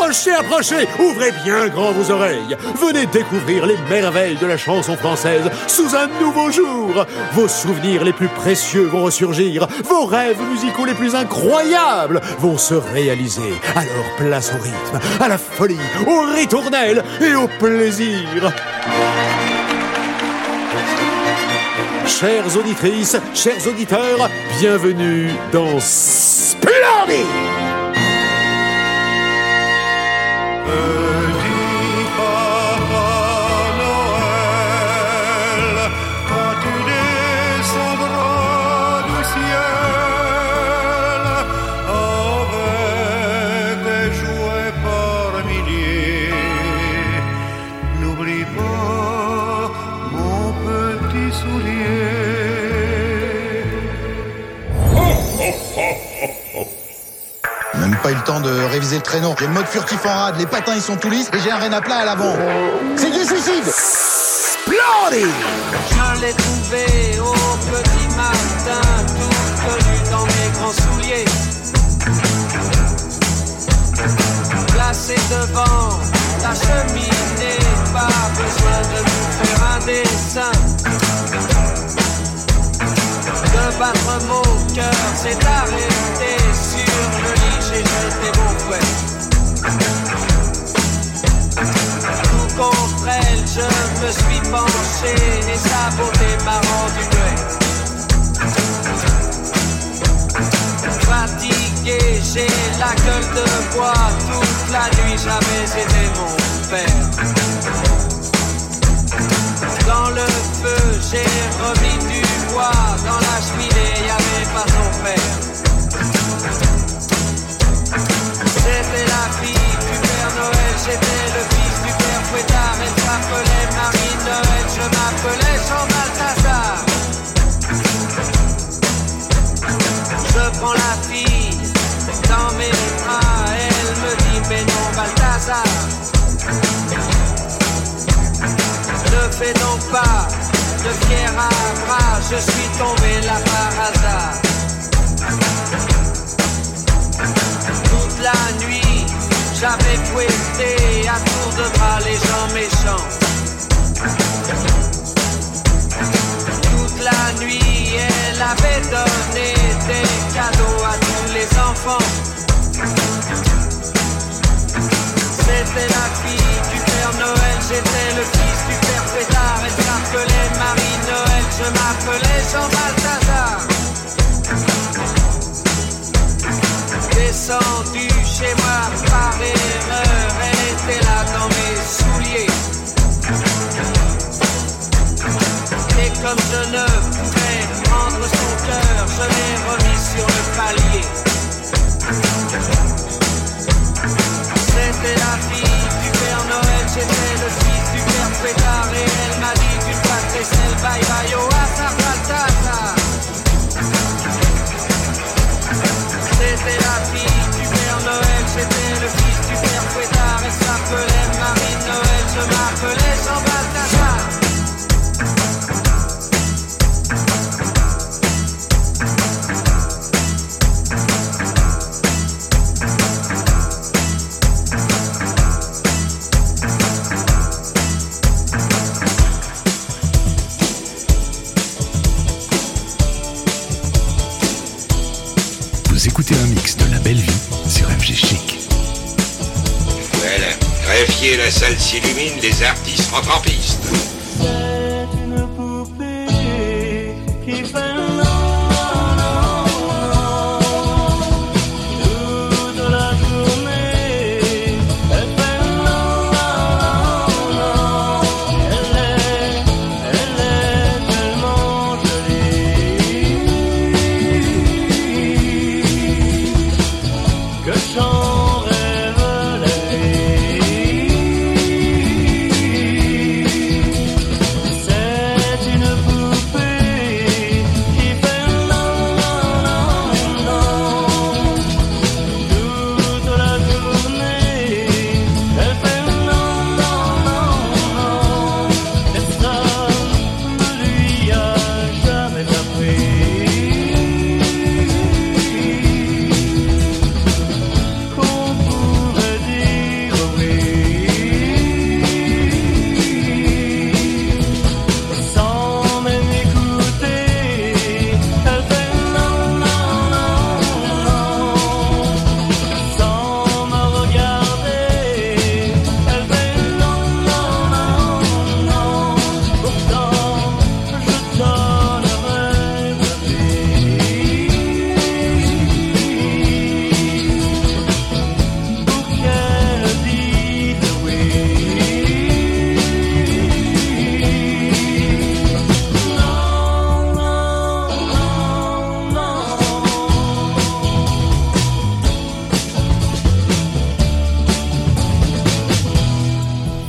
Approchez, ouvrez bien grand vos oreilles. Venez découvrir les merveilles de la chanson française sous un nouveau jour. Vos souvenirs les plus précieux vont ressurgir. Vos rêves musicaux les plus incroyables vont se réaliser. Alors place au rythme, à la folie, au ritournelle et au plaisir. Chères auditrices, chers auditeurs, bienvenue dans Splendide. Même pas eu le temps de réviser le traîneau. J'ai le mode furtif en rade, les patins ils sont tout lisses et j'ai un renne à plat à l'avant. C'est du suicide. Splendide. Je l'ai trouvé au petit matin, tout connu dans mes grands souliers. Placé devant la cheminée, pas besoin de nous faire un dessin. De battre mon cœur s'est arrêté sur le lit, j'ai jeté mon fouet. Tout contre elle, je me suis penché et sa beauté m'a rendu muet. Fatigué, j'ai la gueule de bois, toute la nuit j'avais aidé mon père. Dans le feu, j'ai remis du bois, dans la cheminée, y'avait pas son père. C'était la fille du Père Noël, j'étais le fils du Père Fouettard. Elle s'appelait Marie-Noël, je m'appelais Jean Balthazar. Je prends la fille dans mes bras, elle me dit mais non Balthazar. Ne fais donc pas de pierre à bras, je suis tombé là par hasard. Toute la nuit, j'avais fouetté à tour de bras les gens méchants. Toute la nuit, elle avait donné des cadeaux à tous les enfants. C'était la fille du Père Noël, j'étais le fils du Père Fouettard. Elle s'appelait Marie-Noël, je m'appelais Jean Balthazar. Descendu chez moi par erreur, elle était là dans mes souliers. Et comme je ne pouvais prendre son cœur, je l'ai remis sur le palier. C'était la fille du Père Noël, j'étais le fils du Père Fouettard. Et elle m'a dit d'une patte vaisselle, bye bye, oh hasard Balthazar. C'était la fille du Père Noël, j'étais le fils du Père Fouettard. Elle s'appelait Marie-Noël, je m'appelais Jean Balthazar. Écoutez un mix de La Belle Vie sur FG Chic. Voilà, greffier, la salle s'illumine, les artistes rentrent en piste. C'est une poupée qui fait non, non, non. Toute la journée, elle fait non, non, non. Elle est tellement jolie que j'en rêve la nuit.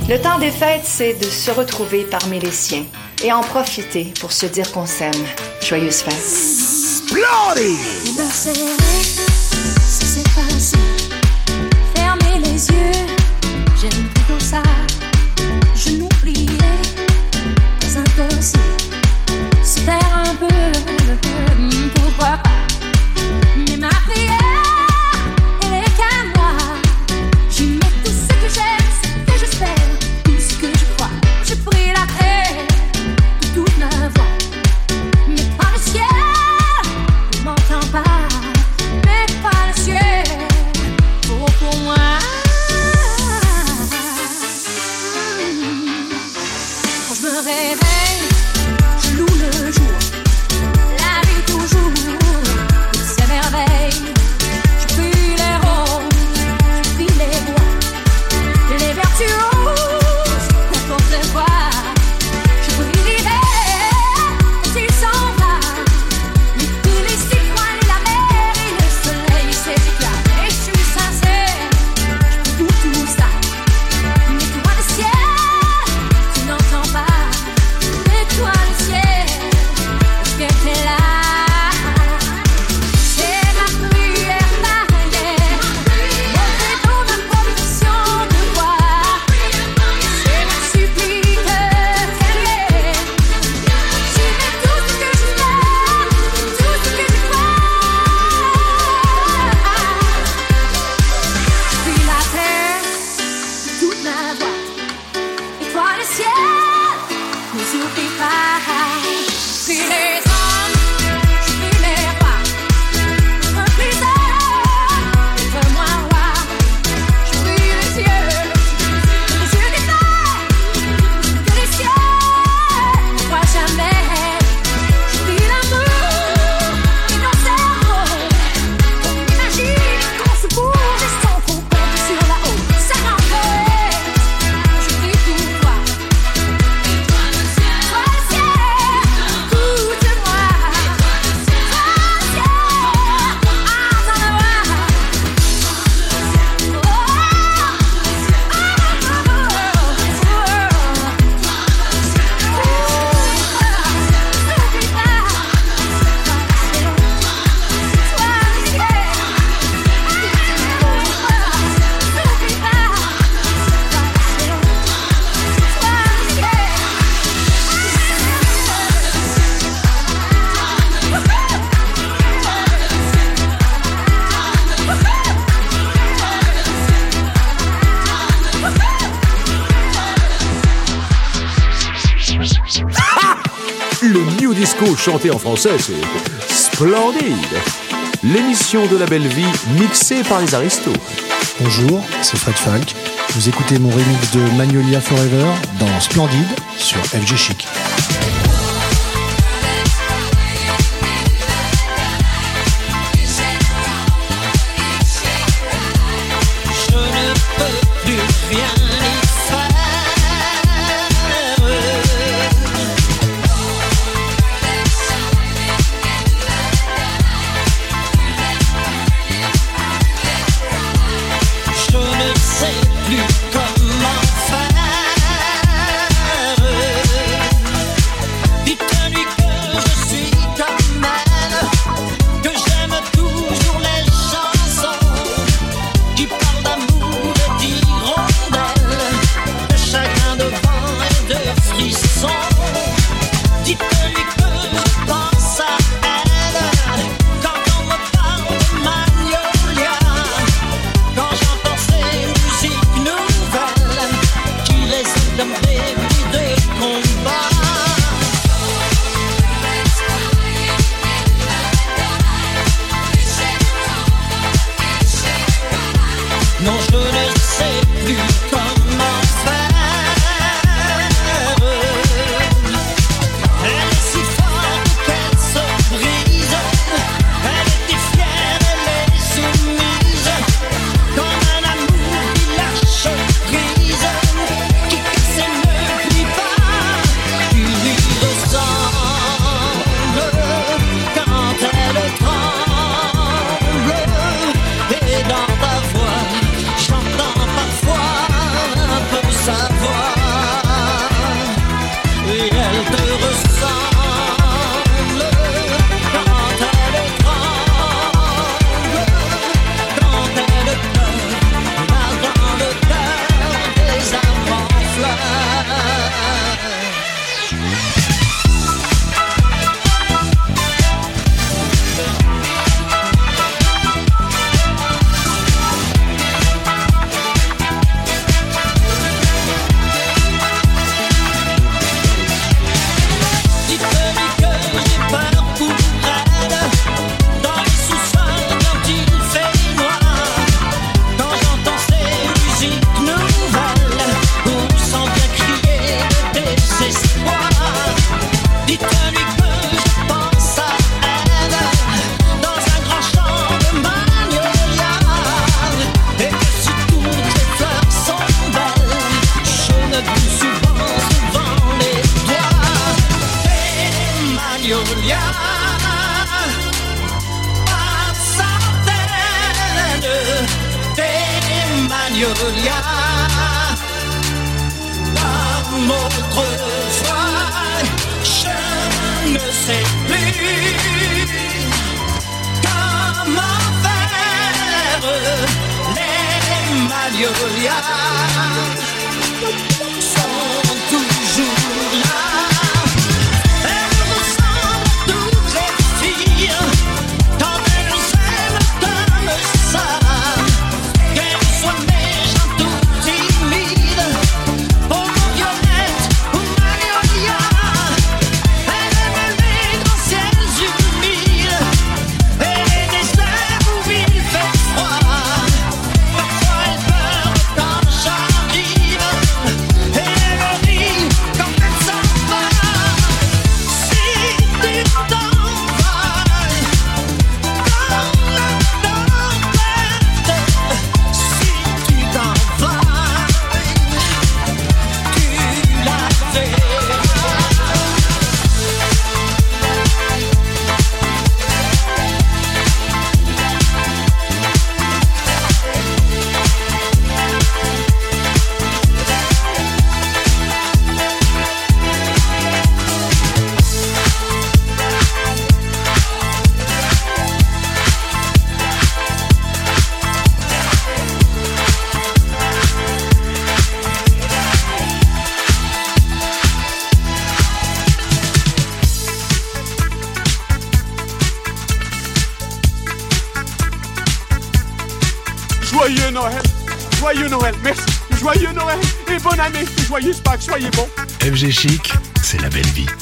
Le temps des fêtes, c'est de se retrouver parmi les siens et en profiter pour se dire qu'on s'aime. Joyeuses fêtes. Splendide! Me serrer, si c'est facile. Fermer les yeux, j'aime plutôt ça. Je n'oublierai pas impossible. Se faire un peu, pourquoi pas. Mais ma prière, elle est qu'à moi. J'y mets tout ce que j'aime, ce que j'espère, tout ce que je crois. Je prie la terre de toute ma voix. Mais pas le ciel, ne m'entends pas. Mais pas le ciel, pour moi. Quand je me réveille, je loue le jour. La vie toujours, toutes ces merveilles. Je prie les roses, je prie les bois, les virtuoses, n'importe quoi. Je prie l'hiver, quand il s'en va. Et puis les citoyens, la mer et le soleil, ses éclats. Et je suis sincère, je prie tout ça. Mais toi le ciel, tu n'entends pas. Mais toi le ciel, est-ce que t'es là? C'est ma prière, ma guerre. Montrez ton improvisation de voir. C'est ma supplique terrienne. J'y mets tout ce que j'espère, tout ce que je crois. Je prie la terre de toute ma voix. Et toi le ciel, ne s'oublie pas. Je prie les hommes, je prie les rois. Un plaisir, être-moi roi. Je prie les yeux des fers, que les cieux ne voient jamais. Je prie l'amour et nos cerveaux. On imagine qu'on se bouge et sans qu'on compte sur la haut. Ça m'embête, je prie pour toi. Toi le ciel, écoute-moi. Toi le ciel, Le New Disco chanté en français, c'est splendide. L'émission de la belle vie mixée par les aristos. Bonjour, c'est Fred Falk. Vous écoutez mon remix de Magnolia Forever dans Splendide sur FG Chic. Je ne peux plus rien y faire. Je ne sais plus comment faire. Dites-lui que je suis comme elle, que j'aime toujours les chansons qui parlent d'amour et d'hirondelles, de chagrin, de vent et de frissons. Dites-lui que je pense à elle quand on me parle de Magnolia, quand j'entends ces musiques nouvelles. Magnolia. Comme autrefois, je ne sais plus comment faire. Les magnolias sont toujours là. Elles ressemblent toutes les filles quand elles aiment comme ça. Qu'elles soient méchantes ou timides, pour violette ou magnolia. Elles aiment les grands ciels humides et les déserts où il fait froid. Parfois elles pleurent quand j'arrive et elles rient quand elles s'en vont. Si tu t'en vas dans la tempête, si tu t'en vas, tu la verras. Joyeux Noël, joyeux Noël, merci, joyeux Noël et bonne année, joyeuse Pâques, soyez bons. FG Chic, c'est la belle vie.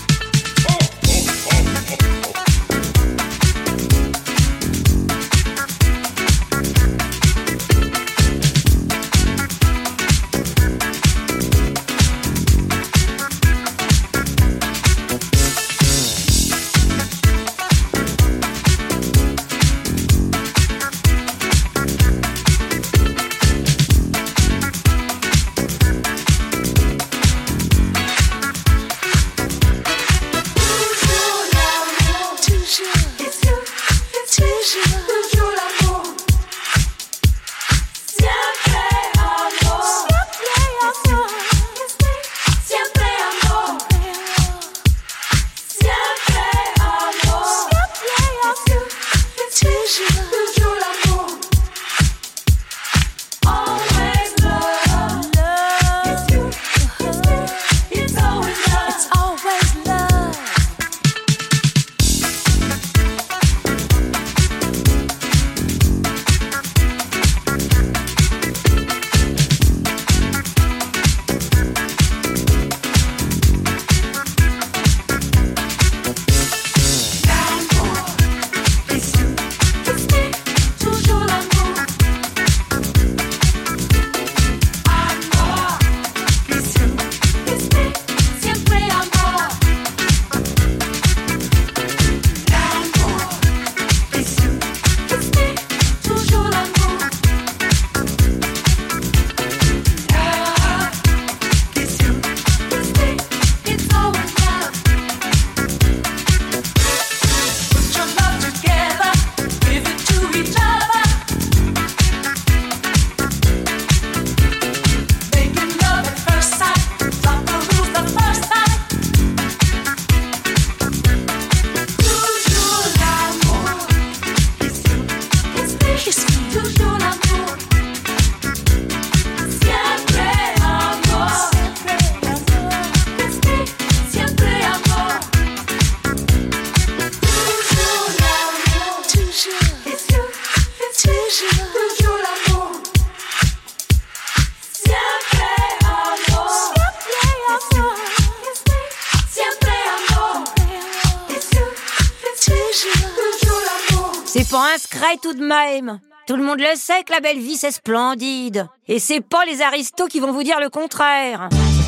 C'est pas un secret tout de même. Tout le monde le sait que la belle vie c'est splendide. Et c'est pas les aristos qui vont vous dire le contraire.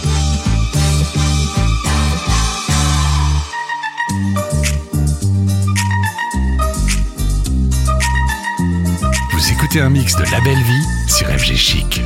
Vous écoutez un mix de La Belle Vie sur FG Chic.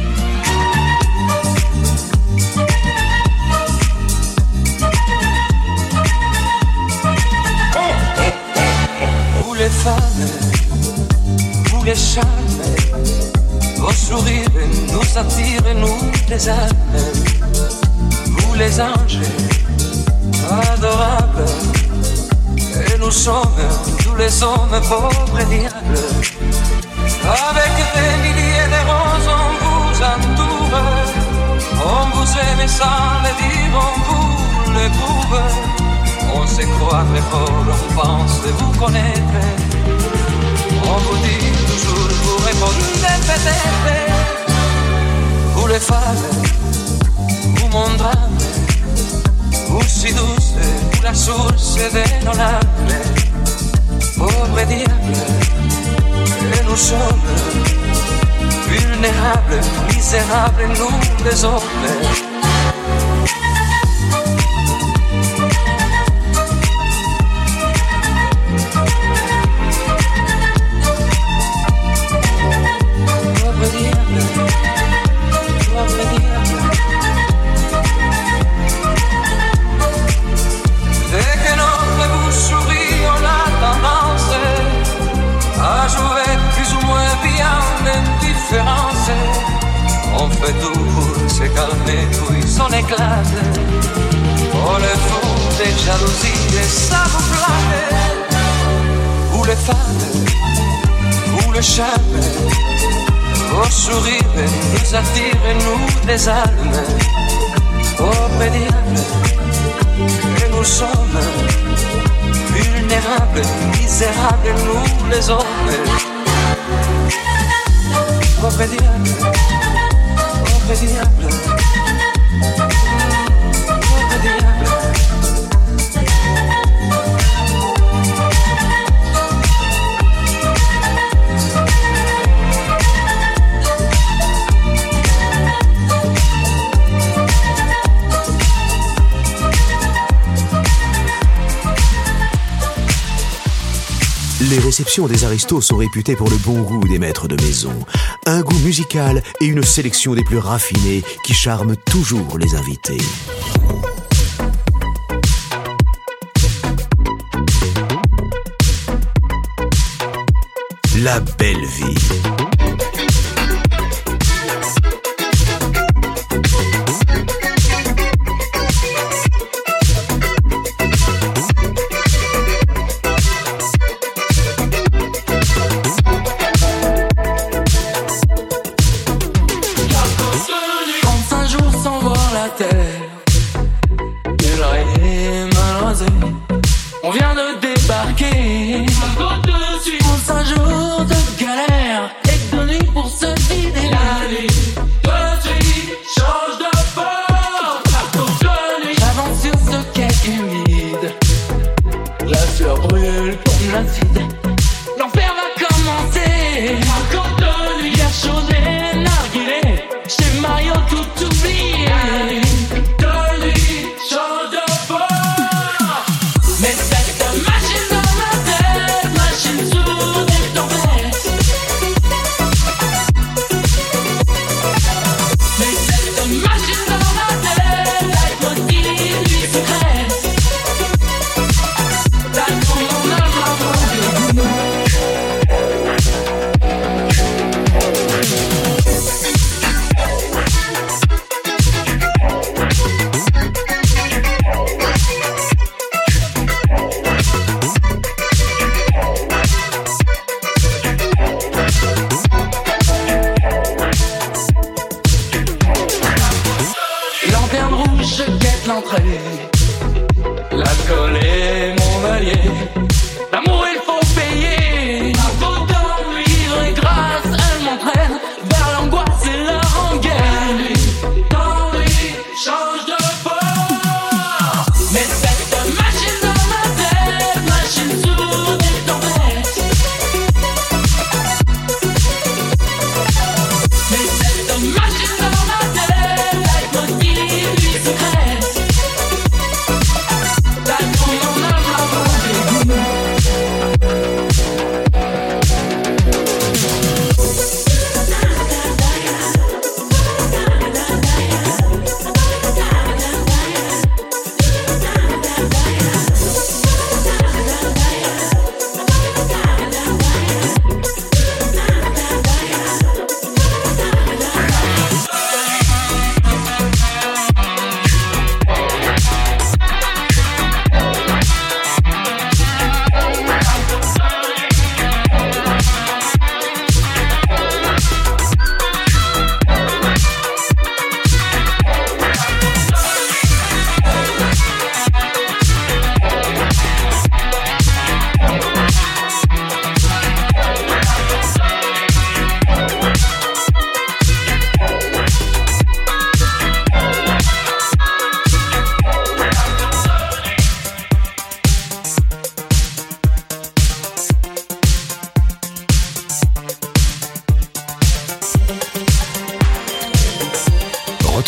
Vous les femmes, vous les charmes, Vos sourires nous attirent et nous les amènent. Vous les anges adorables, et nous sommes tous les hommes pauvres et diables. Avec des milliers de roses on vous entoure, on vous aime sans le dire, on vous l'éprouve. On se croit très fort, on pense vous connaître. On vous dit toujours, vous répondez peut-être. Vous les femmes, vous mon drame, vous si douce, vous la source de nos larmes. Pauvres diables, et nous sommes vulnérables, misérables, nous les hommes. On fait tout, c'est calmer, puis son éclate. Oh le fond des jalousies et ça vous flatte. Vous les femmes, vous le charme, vos sourires nous attirent et nous les almes. Pauvres diables, et nous sommes vulnérables, misérables, nous les hommes. Pauvre diable, pauvre diable, pauvre diable. Les réceptions des aristos sont réputées pour le bon goût des maîtres de maison. Un goût musical et une sélection des plus raffinés qui charment toujours les invités. La belle vie. On vient de débarquer. 11 jours de galère et de nuit pour se vider la nuit.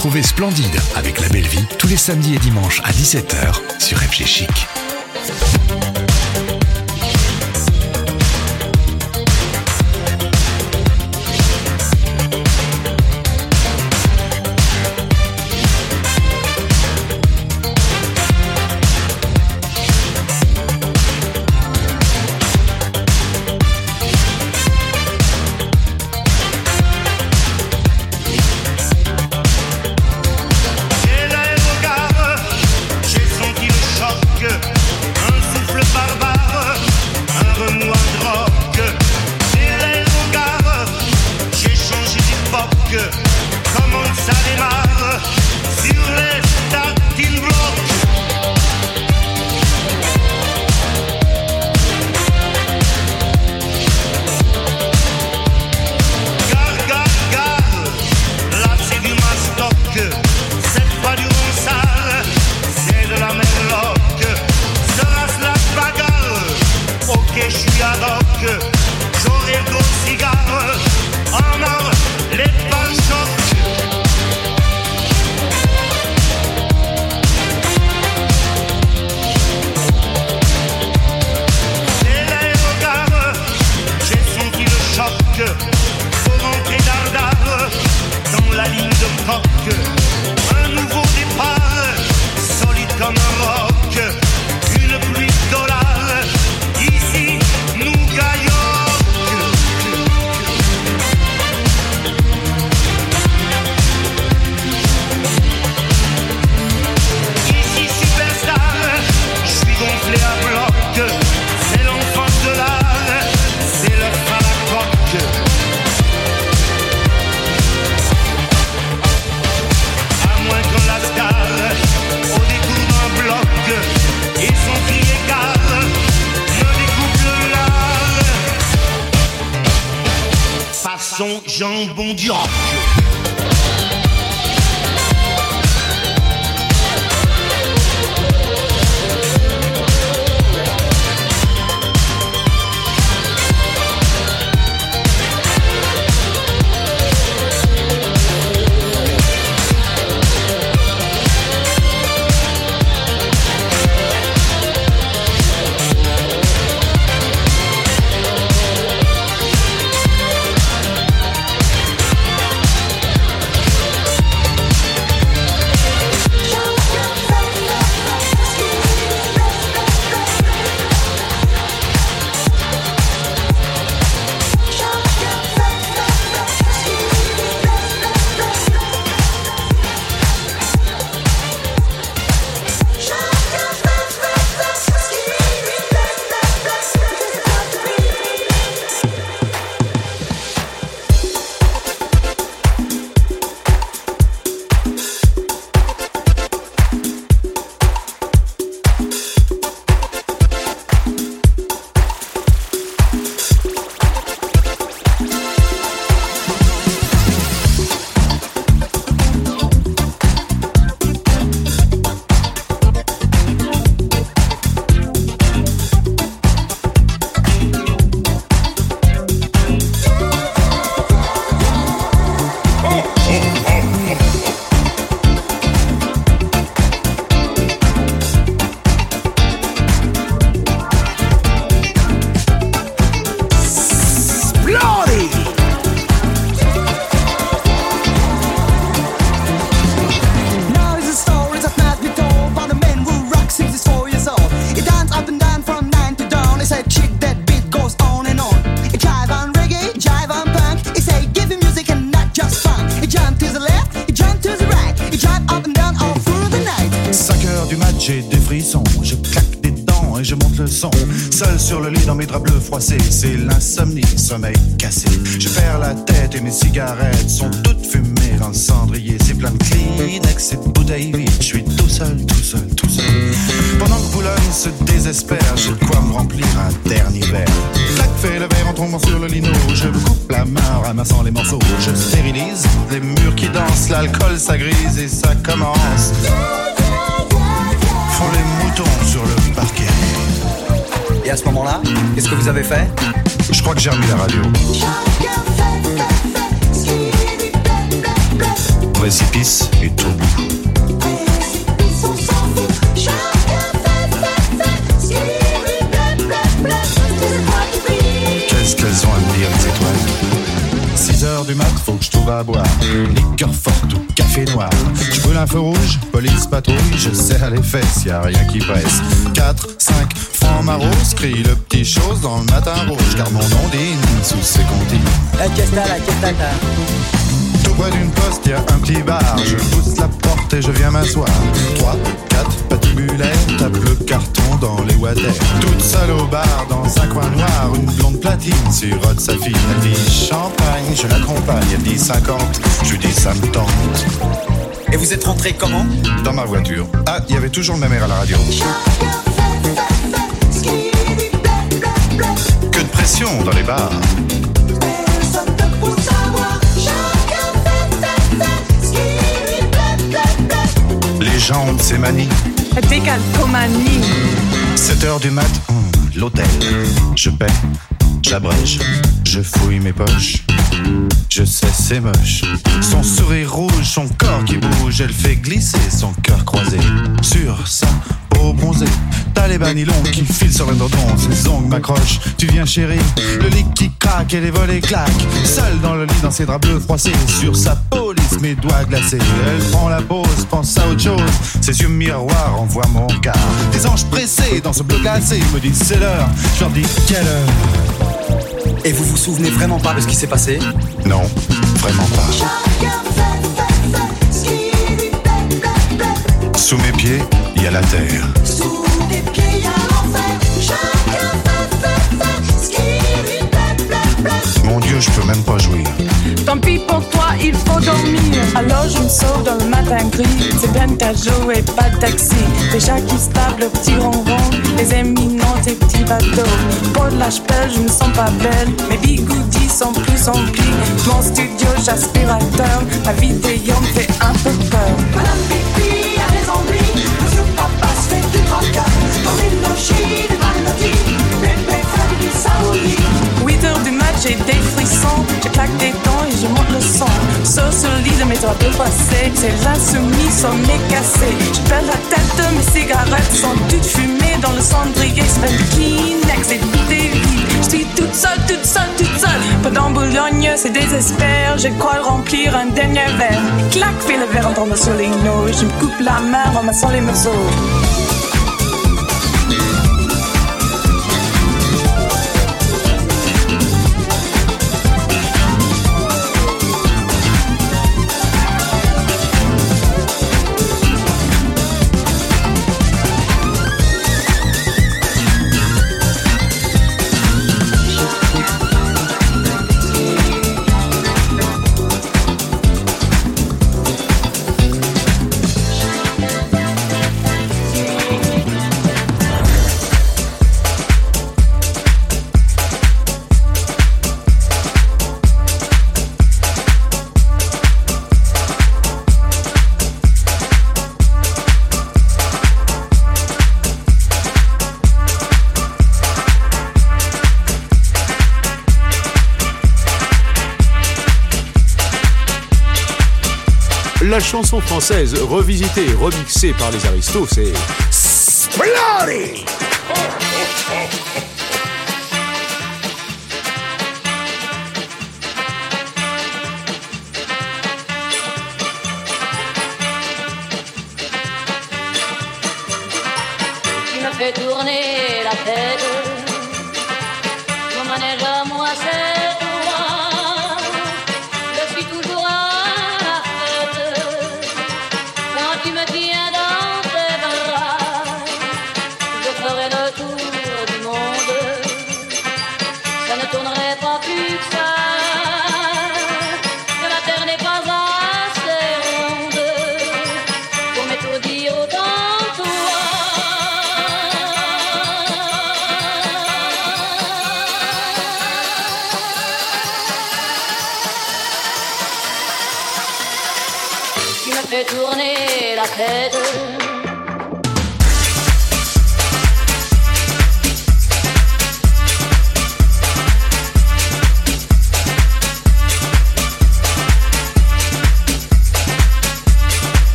Retrouvez Splendide avec La Belle Vie tous les samedis et dimanches à 17h sur FG Chic. Jambon du rock. j'ai des frissons, je claque des dents et je monte le son. Seul sur le lit dans mes draps bleus froissés, c'est l'insomnie, sommeil cassé. Je perds la tête et mes cigarettes sont toutes fumées dans le cendrier. C'est plein de Kleenex et de bouteilles vides. Je suis tout seul, tout seul, tout seul. Pendant que Boulogne se désespère, j'ai de quoi me remplir un dernier verre. Clac fait le verre en tombant sur le lino. Je me coupe la main en ramassant les morceaux. Je stérilise les murs qui dansent, l'alcool ça grise et ça commence. Font les moutons sur le parquet. Et à ce moment-là, qu'est-ce que vous avez fait? Je crois que j'ai remis la radio. Récipient. pisse et tout bout. Qu'est-ce qu'elles ont à me dire, les étoiles? 6h du mat, faut que je trouve à boire. Liqueur forte ou café noir. Je brûle un feu rouge, police patrouille. Je serre les fesses, y a rien qui presse. 4, 5 francs maros, crie le petit chose dans le matin rouge. Car mon ondine sous ses comptines. Tout près d'une poste, y a un petit bar. Je pousse la porte et je viens m'asseoir. 3, 4 patibulaires, tape le carton dans les water. Toute seule au bar, dans un coin noir, une blonde platine sirote sa fille. Elle dit champagne, je l'accompagne. Elle dit 50, je lui dis ça me tente. Et vous êtes rentré comment? Dans ma voiture. Ah, il y avait toujours le même air à la radio. Que de pression dans les bars. Les gens ont de ces manies. Décalcomanie. 7h du mat, l'hôtel. Je paie, j'abrège, je fouille mes poches. Je sais, c'est moche. Son sourire rouge, son corps qui bouge. Elle fait glisser son cœur croisé sur sa peau bronzée. T'as les banilons qui filent sur le dodon. Ses ongles m'accrochent, tu viens chérie. Le lit qui craque et les volets claquent. Seule dans le lit, dans ses draps bleus froissés. Sur sa peau lisse, mes doigts glacés. Elle prend la pause, pense à autre chose. Ses yeux miroirs envoient mon regard. Des anges pressés dans ce bleu glacé. Ils me disent c'est l'heure, je leur dis quelle heure. Et vous vous souvenez vraiment pas de ce qui s'est passé? Non, vraiment pas. Sous mes pieds, il y a la terre. Sous tes pieds, il y a l'enfer. Chacun fait. Mon Dieu, je peux même pas jouir. Tant pis pour toi, il faut dormir. Alors je me sauve dans le matin gris. C'est bien qu'à jouer, pas de taxi. Des chats qui se tapent le petit ronron. Les éminents, tes petits bateaux. Pour de la ch'pelle, je me sens pas belle. Mes bigoudis sont plus emplis. Mon studio, j'aspirateur. Ma vidéo me fait un peu peur. Madame Pipi a des ennuis. Le papa se fait du tracas. Dans les logis, des maladies. Bébé fait du saouli. 8h du mat, j'ai des frissons. Je claque des dents et je monte le son. Sur ce lit de mes draps bleus froissés. C'est l'insoumis, son nez cassé. Je perds la tête, mes cigarettes sont toutes fumées dans le cendrier. C'est fait du Kleenex et des vies. Je suis toute seule, toute seule, toute seule. Pendant Boulogne, c'est désespère. Je crois remplir un dernier verre. Clac, fait le verre en tombant sur les noix. Je me coupe la main en ramassant les morceaux. La chanson française revisitée et remixée par les aristos, c'est Splendid! Tu me fais tourner la tête. Mon manège à moi, c'est toi. Je suis toujours à la fête. Quand tu me tiens dans tes bras, je ferai le tour du monde. Ça ne tournerait pas plus que ça. Que la terre n'est pas assez ronde pour m'étourdir autant toi. Fait tourner la tête.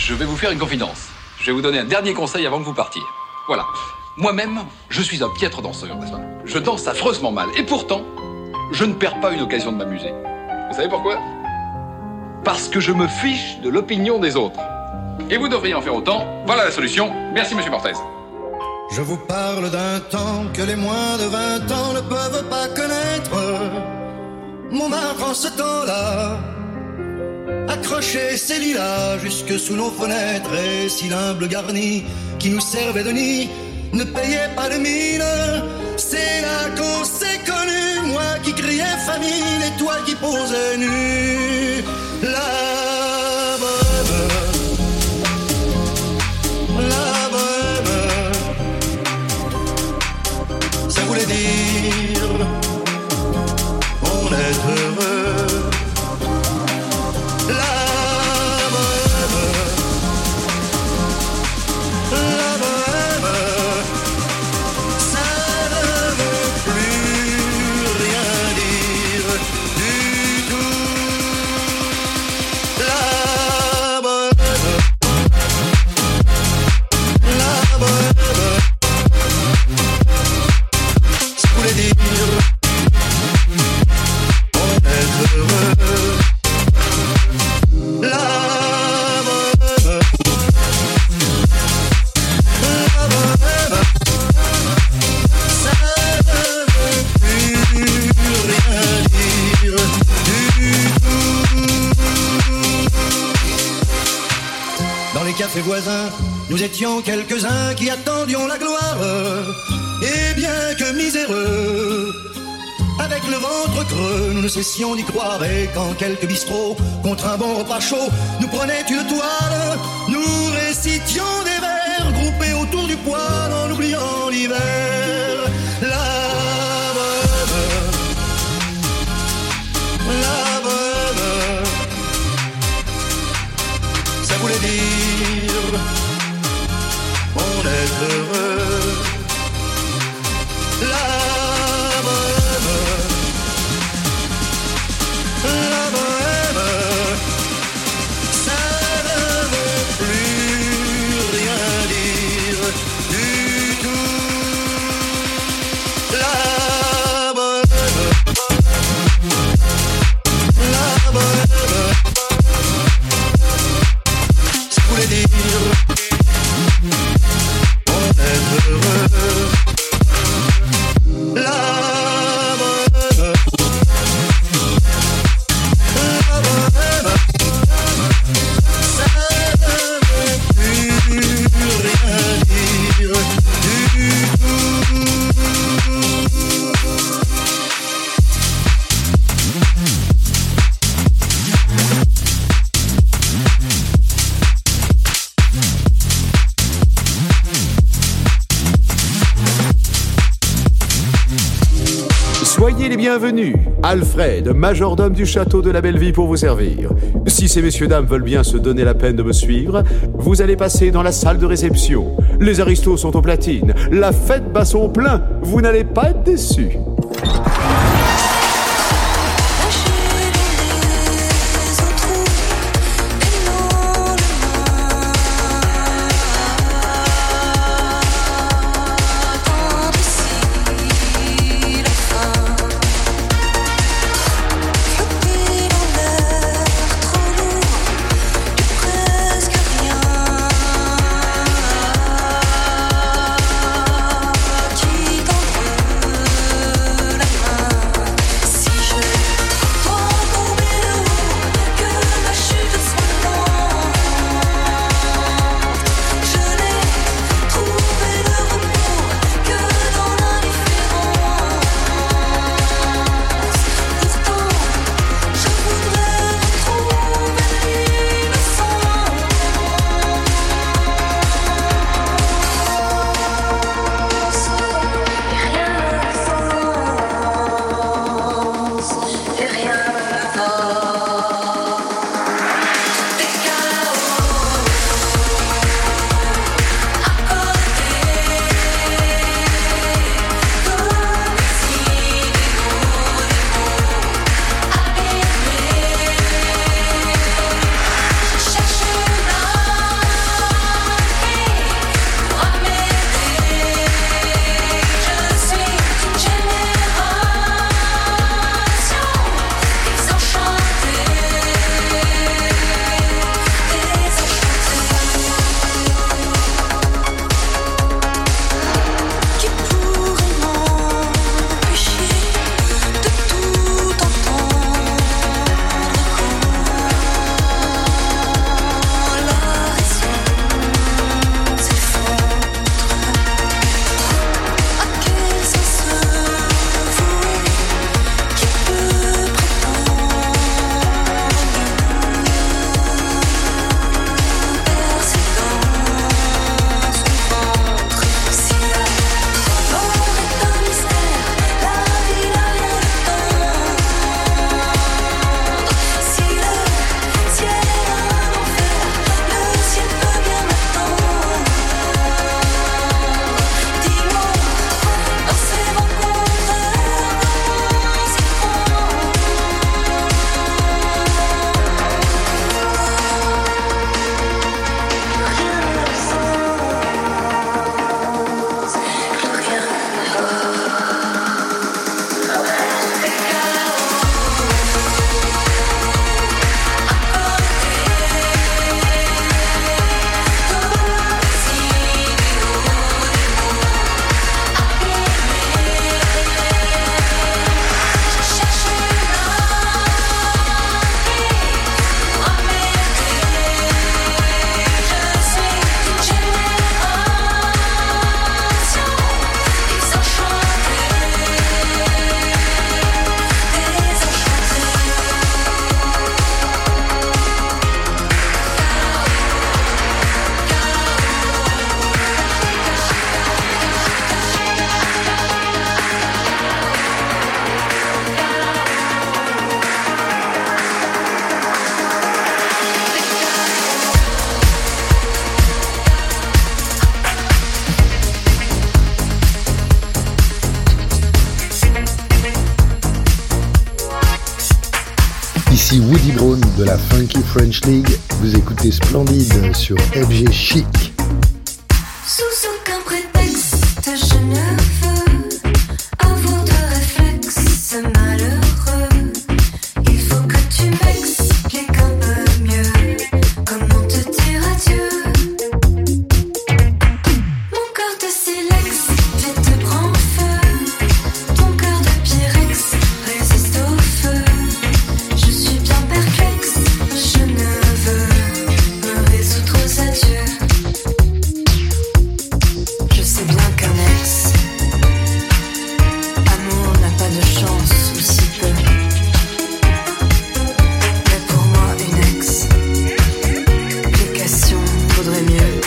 je vais vous faire une confidence. Je vais vous donner un dernier conseil avant que vous partiez. Voilà. Moi-même, je suis un piètre danseur, n'est-ce pas? Je danse affreusement mal. Et pourtant, je ne perds pas une occasion de m'amuser. Vous savez pourquoi? Parce que je me fiche de l'opinion des autres. Et vous devriez en faire autant. Voilà la solution. Merci, monsieur Mortez. Je vous parle d'un temps que les moins de 20 ans ne peuvent pas connaître. Montmartre en ce temps-là accrochait ses lilas jusque sous nos fenêtres. Et si l'humble garni qui nous servait de nid ne payait pas de mine, c'est là qu'on s'est connus. Moi qui criais famine et toi qui posais nu. La bohème, la bohème, ça voulait dire on est heureux. La bohème, la bohème, ça ne veut plus rien dire du tout. La bohème, la bohème, ça voulait dire on est heureux. La bohème, la bohème, ça ne veut plus rien dire du tout. Dans les cafés voisins, nous étions quelques-uns qui attendions la gloire. Et bien que miséreux, avec le ventre creux, nous ne cessions d'y croire. Et quand quelques bistrots, contre un bon repas chaud, nous prenaient une toile, nous récitions des vers groupés autour du poêle en oubliant l'hiver. La bohème, la bohème, ça voulait dire on est heureux. La bohème, la bohème, ça ne veut plus rien dire du tout. La bohème, la bohème, ça voulait dire on est heureux. La bohème, la bohème, ça ne veut plus rien dire du tout. Soyez les bienvenus. Alfred, majordome du château de la Belle-Vie pour vous servir. Si ces messieurs dames veulent bien se donner la peine de me suivre, vous allez passer dans la salle de réception. Les aristos sont aux platines. La fête bat son plein. Vous n'allez pas être déçus. Tu t'en veux Ici Woody Brown de la Funky French League. Vous écoutez Splendide sur FG Chic. Sous aucun prétexte, je ne veux avoir de réflexe malheureux. Il faut que tu m'expliques un peu mieux comment te dire adieu. Mon cœur de silex vite prend feu. Ton cœur de pyrex résiste au feu. Je suis bien perplexe, je ne veux me résoudre aux adieux. Je sais bien qu'un ex amour n'a pas de chance ou si peu. Mais pour moi une explication vaudrait mieux.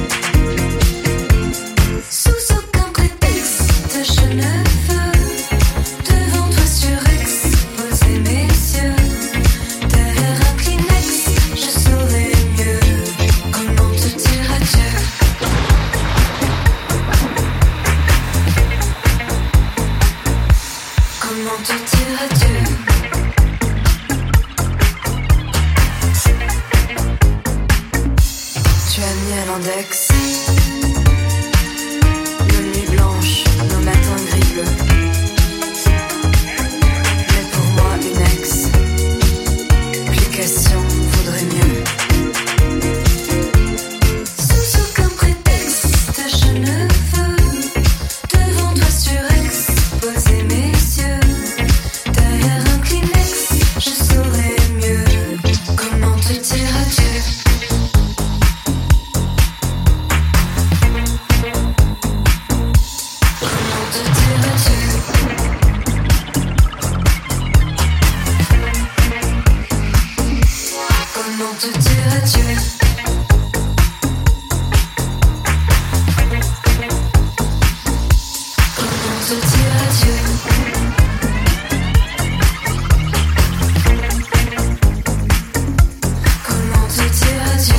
Sous aucun prétexte je ne veux devant toi surexposer mes yeux. Derrière un Kleenex je saurais mieux comment te dire adieu. Comment te dire adieu? Tu as mis à l'index nos nuits blanches, nos matins gris-bleus. Mais pour moi une explication vaudrait mieux. Sous aucun prétexte je ne veux devant toi surexposer mes yeux. Derrière un Kleenex je saurais mieux comment te dire adieu. Comment te dire adieu? Comment te dire adieu? Comment te dire adieu? Comment te dire adieu?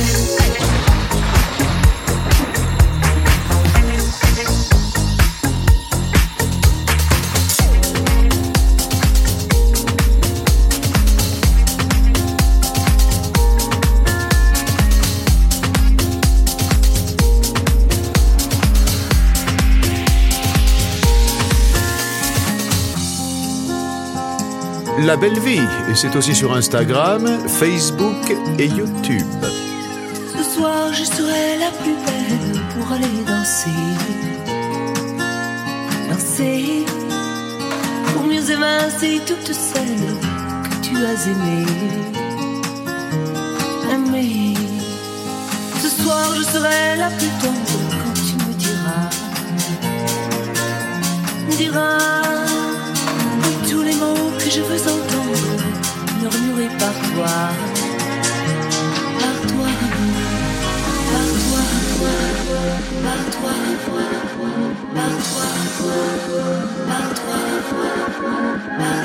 La Belle Vie, et c'est aussi sur Instagram, Facebook et YouTube. Ce soir je serai la plus belle pour aller danser. Danser pour mieux évincer toutes celles que tu as aimées. Aimées. Ce soir je serai la plus tendre quand tu me diras tous les mots que je veux entendre murmurés par toi. Par toi, par toi, par toi, par toi, par toi, par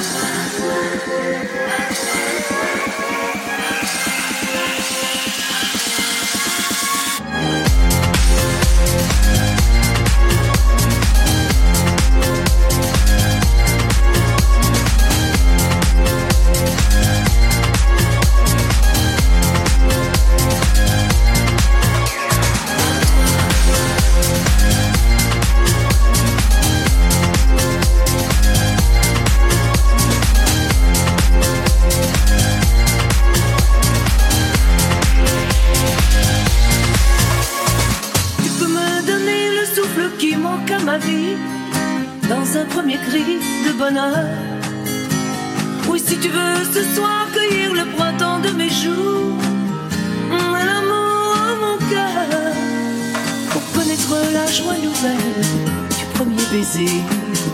dans un premier cri de bonheur. Oui, si tu veux ce soir cueillir le printemps de mes jours, l'amour en mon cœur, pour connaître la joie nouvelle du premier baiser.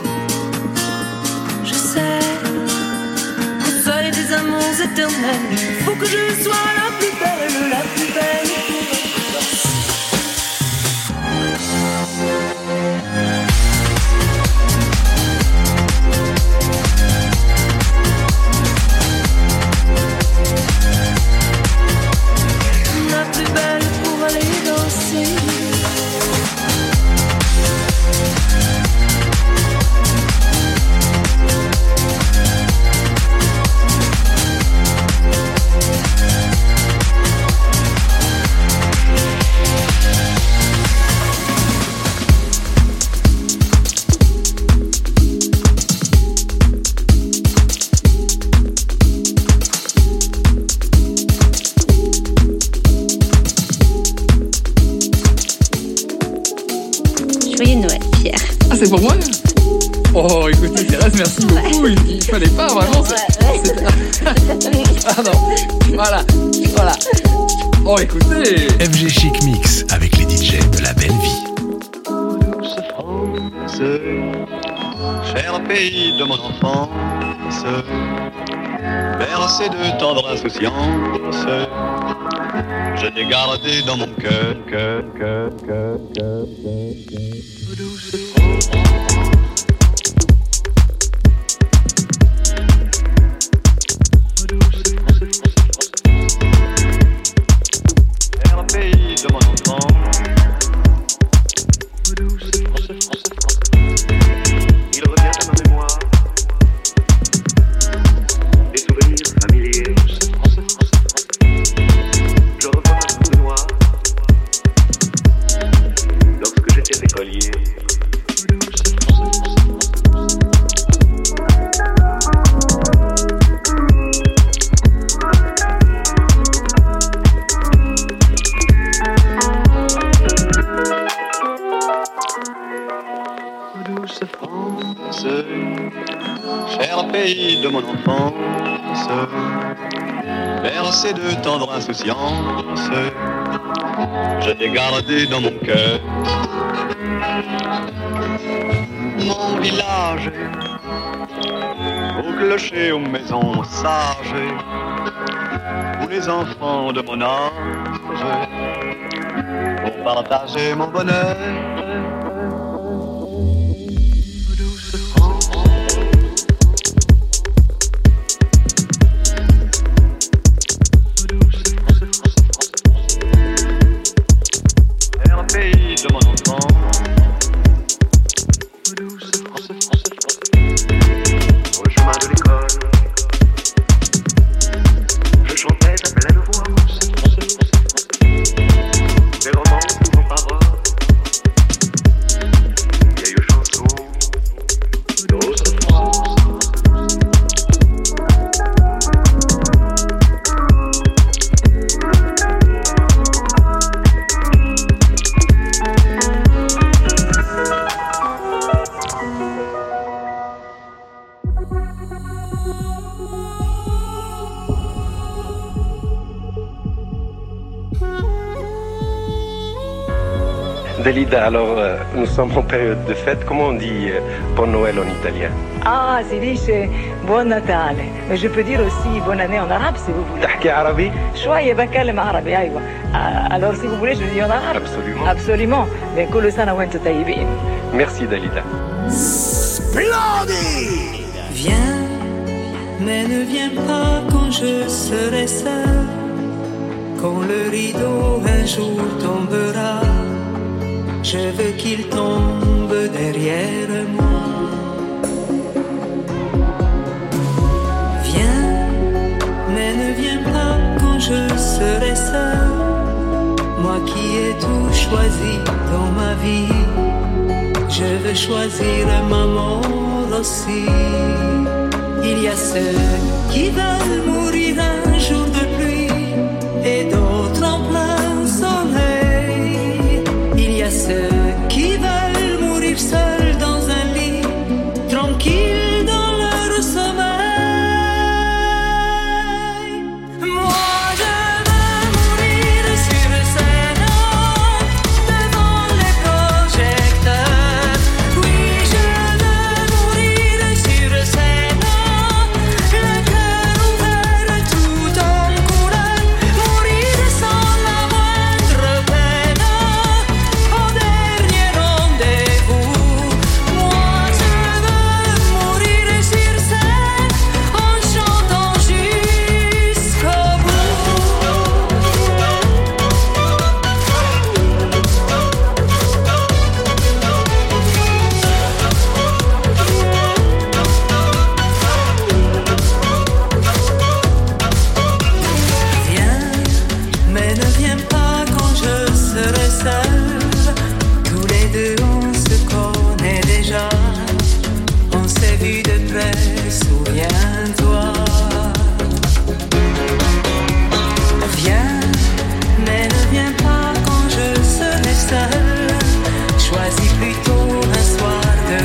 Je sais, au seuil des amours éternels, faut que je sois la plus belle, la plus belle pour danser. La plus belle pour aller danser. c'est pour moi. Oh, écoutez, Thérèse, merci beaucoup. Il fallait pas vraiment. Ah non, voilà. Oh, écoutez. FG Chic Mix avec les DJ de la belle vie. Douce France, cher pays de mon enfance, bercé de tendre insouciance, je t'ai gardé dans mon cœur. Douce France. De mon enfant, il revient à ma mémoire des souvenirs familiers. Je revois ma trou noir lorsque j'étais écolier. Cher pays de mon enfance, bercé de tendre insouciance, je t'ai gardé dans mon cœur. Mon village, au clocher, aux maisons sages, où les enfants de mon âge ont partagé mon bonheur. De mon enfant, sur le chemin de l'école, je chantais à pleine voix des romans sans paroles, vieilles chansons d'autrefois. Dalida, alors nous sommes en période de fête. Comment on dit Bon Noël en italien? Ah, si dice Buon Natale. Mais je peux dire aussi Bonne année en arabe si vous voulez. تحكي عربي؟ شوية بتكلم عربي أيوة. Alors si vous voulez je le dis en arabe. Absolument. Absolument. Mais كل سنة وأنتم طيبين. Merci Dalida. Splendide! Viens, mais ne viens pas quand je serai seul. Quand le rideau un jour tombera, je veux qu'il tombe derrière moi. Viens, mais ne viens pas quand je serai seul. Moi qui ai tout choisi dans ma vie, je veux choisir ma mort aussi. Il y a ceux qui veulent mourir un jour de pluie et d'autres en plein soleil. Il y a ceux qui veulent mourir seuls dans un lit, tranquilles dans leur sommeil. Moi je veux mourir sur scène, devant les projecteurs. Oui, je veux mourir sur scène, le cœur ouvert tout en couleur. Mourir sans la moindre peine, au dernier rendez-vous. Moi je veux mourir sur scène, en chantant jusqu'au Viens, mais ne viens pas quand je serai seul. Tous les deux on se connaît déjà, on s'est vu de près, souviens-toi. Viens, mais ne viens pas quand je serai seul. Choisis plutôt un soir de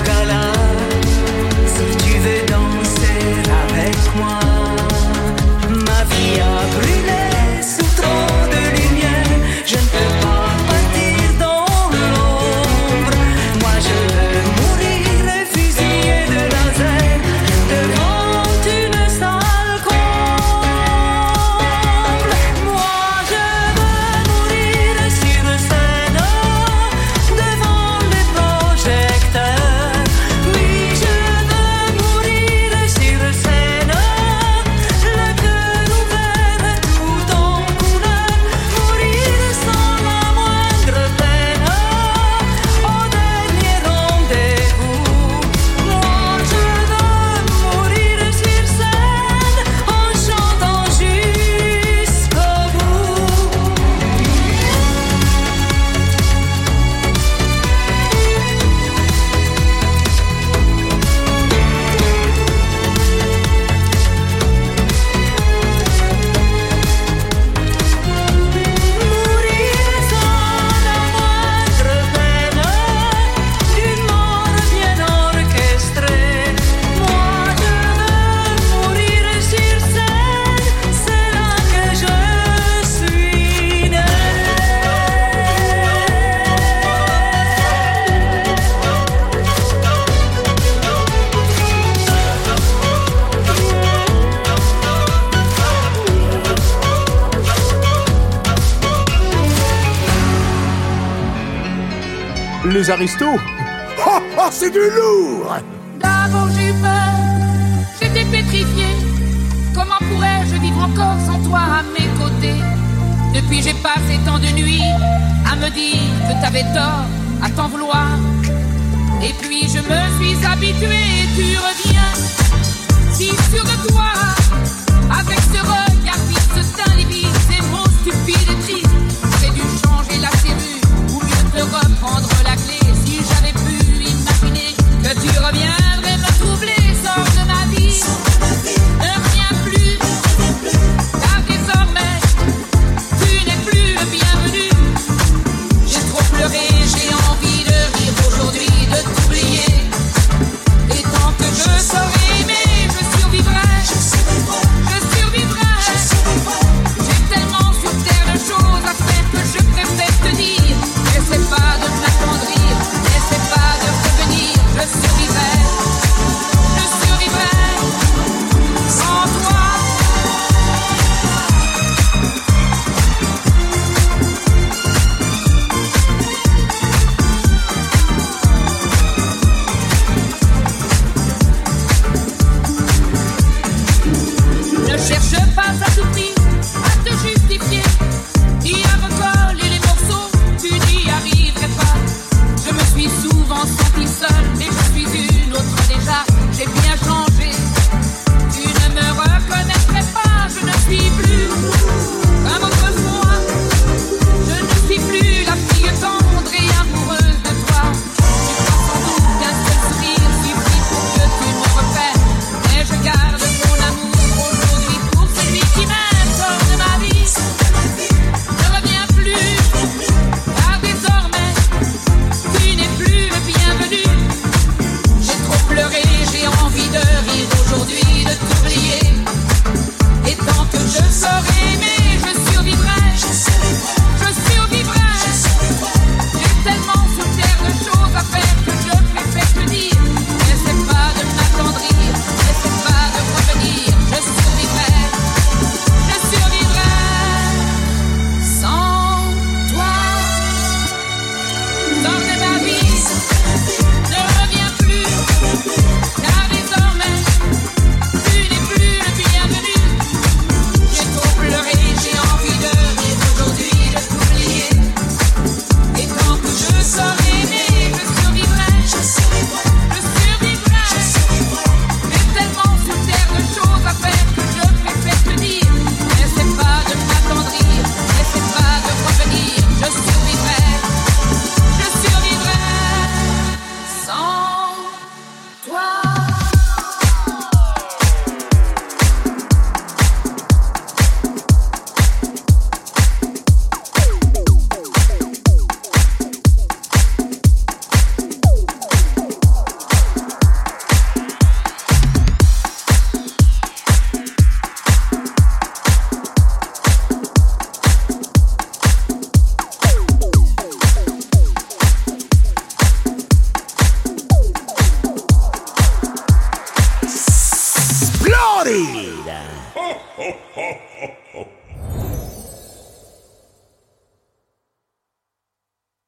deux aristos. Oh, oh, c'est du lourd! D'abord j'ai eu peur, j'étais pétrifiée. Comment pourrais-je vivre encore sans toi à mes côtés? Depuis j'ai passé tant de nuits à me dire que t'avais tort, à t'en vouloir. Et puis je me suis habituée, tu reviens si sûr de toi, avec ce regard vif, ce teint livide, ces mots stupides et tristes. J'aurais dû changer la serrure ou mieux te reprendre la clé. Si j'avais pu imaginer que tu reviendrais me troubler, sors de ma vie, ne reviens plus, car désormais tu n'es plus le bienvenu. J'ai trop pleuré, j'ai envie de rire aujourd'hui, de t'oublier. Et tant que je saurai aimer, je survivrai. J'ai tellement sur terre de choses à faire que je préfère te dire. N'essaie pas de m'attendrir, n'essaie pas de revenir. Je survivrai sans toi. Ne cherche pas à tout prix à te justifier, ni à recoller les morceaux, tu n'y arriverais pas. Je me suis souvent sentie seule, mais je suis une autre déjà. J'ai bien changé, tu ne me reconnaîtrais pas. Je ne suis plus comme autrefois. Je ne suis plus la fille tendre et amoureuse de toi. Tu crois sans doute qu'un seul sourire suffit pour que tu me repères, mais je garde mon amour aujourd'hui pour celui qui m'aime. Sors de ma vie, ne reviens plus, car désormais tu n'es plus le bienvenu. J'ai trop pleuré, j'ai envie de rire aujourd'hui, de t'oublier. Et tant que je saurai aimer, je survivrai. J'ai tellement sur terre de choses à faire que je préfère te dire. N'essaie pas de m'attendrir, n'essaie pas de revenir. Je survivrai sans toi. Sors de ma vie, ne reviens plus, car désormais tu n'es plus le bienvenu. J'ai trop pleuré, j'ai envie de rire aujourd'hui, de t'oublier. Et tant que je saurai aimer, je survivrai. J'ai tellement sur terre de choses à faire que je préfère te dire. N'essaie pas de m'attendrir, n'essaie pas de revenir. Je survivrai sans toi. Splendide! Ho, ho, ho,